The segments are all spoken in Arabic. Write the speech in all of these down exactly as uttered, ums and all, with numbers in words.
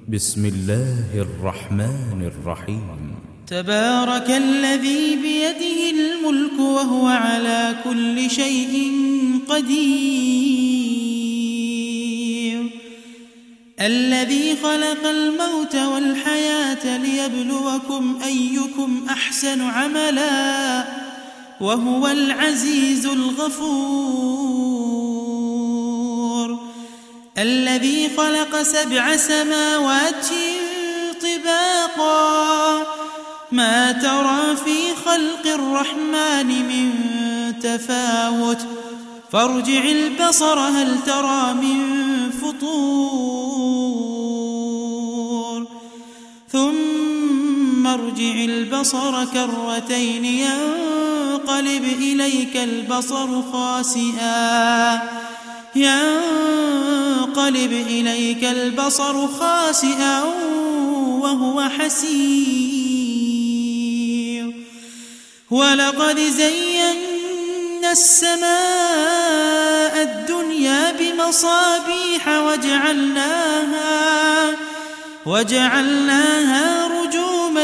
بسم الله الرحمن الرحيم. تبارك الذي بيده الملك وهو على كل شيء قدير، الذي خلق الموت والحياة ليبلوكم أيكم أحسن عملا وهو العزيز الغفور، الذي خلق سبع سماوات طباقا ما ترى في خلق الرحمن من تفاوت فارجع البصر هل ترى من فطور ثم ارجع البصر كرتين ينقلب إليك البصر خاسئا ينقلب إليك البصر خاسئا وهو حسير، ولقد زينا السماء الدنيا بمصابيح وجعلناها وجعلناها رجوما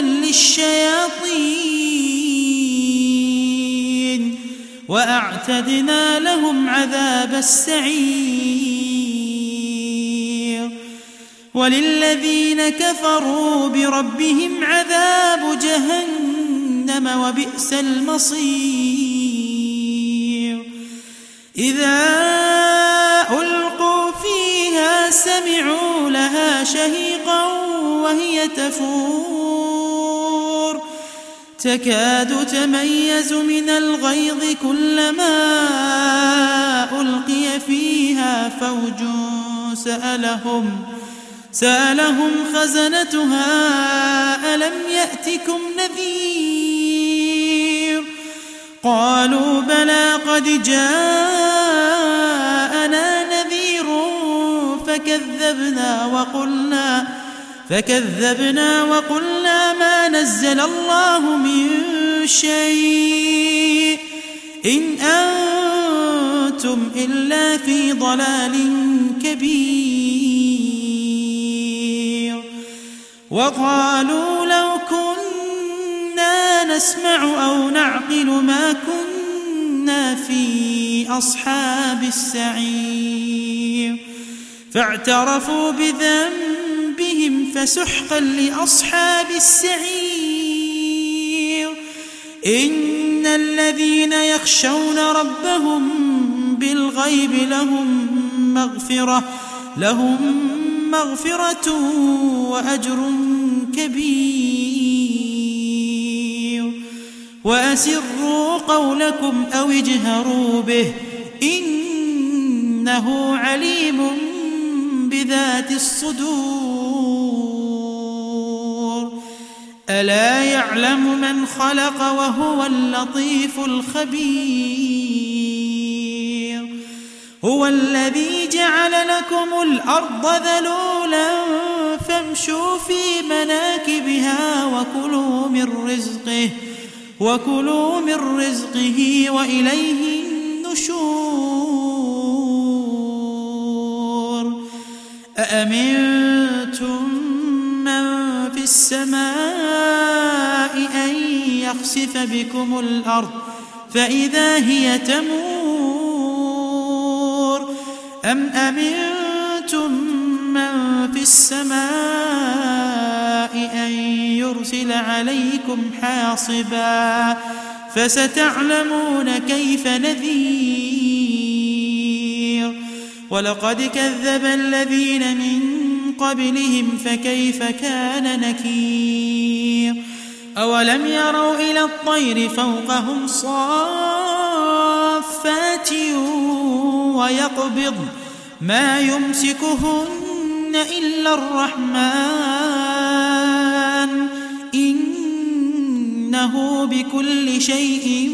للشياطين وأعتدنا لهم عذاب السعير، وللذين كفروا بربهم عذاب جهنم وبئس المصير، إذا ألقوا فيها سمعوا لها شهيقا وهي تفور تكاد تميز من الغيظ كلما ألقي فيها فوج سألهم سألهم خزنتها ألم يأتكم نذير قالوا بلى قد جاءنا نذير فكذبنا وقلنا فكذبنا وقلنا ما نزل الله من شيء إن أنتم إلا في ضلال كبير، وقالوا لو كنا نسمع أو نعقل ما كنا في أصحاب السعير، فاعترفوا بذنبهم فسحقا لأصحاب السعير، إن الذين يخشون ربهم بالغيب لهم مغفرة لهم مغفرة وأجر كبير، وأسروا قولكم أو اجهروا به إنه عليم بذات الصدور، ألا يعلم من خلق وهو اللطيف الخبير، هو الذي جعل لكم الأرض ذلولا فامشوا في مناكبها وكلوا من رزقه وكلوا من رزقه وإليه النشور، أأمنتم من في السماء أن يخسف بكم الأرض فإذا هي تمور أم أمنتم من في السماء أن يرسل عليكم حاصبا فستعلمون كيف نذير، ولقد كذب الذين من قبلهم فكيف كان نكير، أولم يروا إلى الطير فوقهم صافات ويقبض ما يمسكهن إلا الرحمن إنه بكل شيء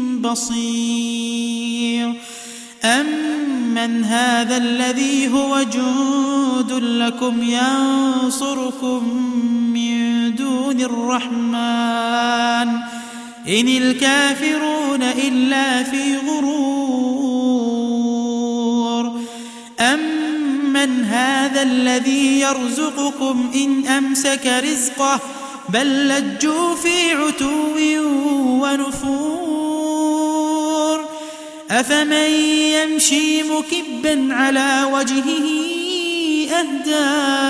بصير، أمن هذا الذي هو جند لكم ينصركم من دون الرحمن إن الكافرون إلا في غرور، أمن هذا أهذا الذي يرزقكم إن أمسك رزقه بل لجوا في عتو ونفور أفمن يمشي مكبا على وجهه أهدى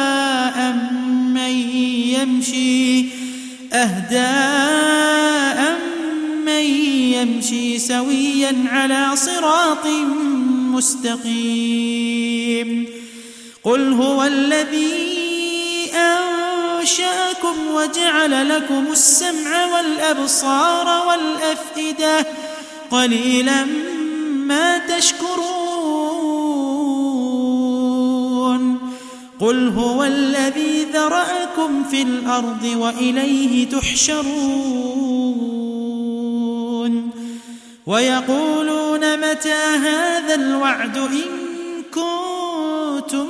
أمن يمشي أهدى أمن يمشي سويا على صراط مستقيم قل هو الذي أنشأكم وجعل لكم السمع والأبصار والأفئدة قليلا ما تشكرون قل هو الذي ذرأكم في الأرض وإليه تحشرون ويقولون متى هذا الوعد إن كنتم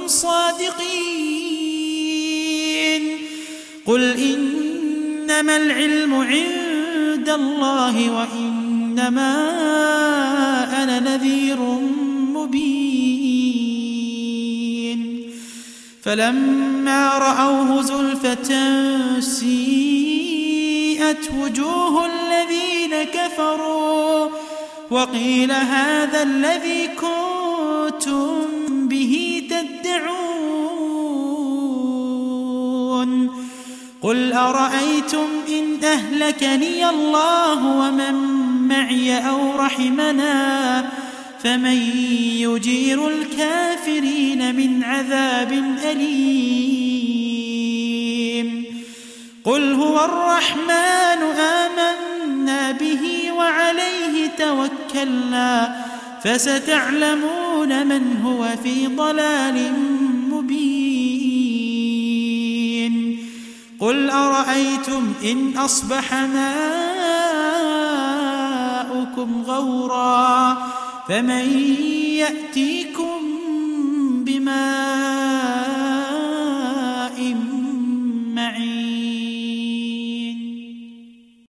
صادقين قل إنما العلم عند الله وإنما أنا نذير مبين فلما رأوه زلفة سيئت وجوه الذين كفروا وقيل هذا الذي كنتم به تدعون قل أرأيتم إن أهلكني الله ومن معي أو رحمنا فمن يجير الكافرين من عذاب أليم قل هو الرحمن آمنا به وعليه توكلنا فستعلمون من هو في ضلال مبين قل أرأيتم إن أصبح ماؤكم غورا فمن يأتيكم بماء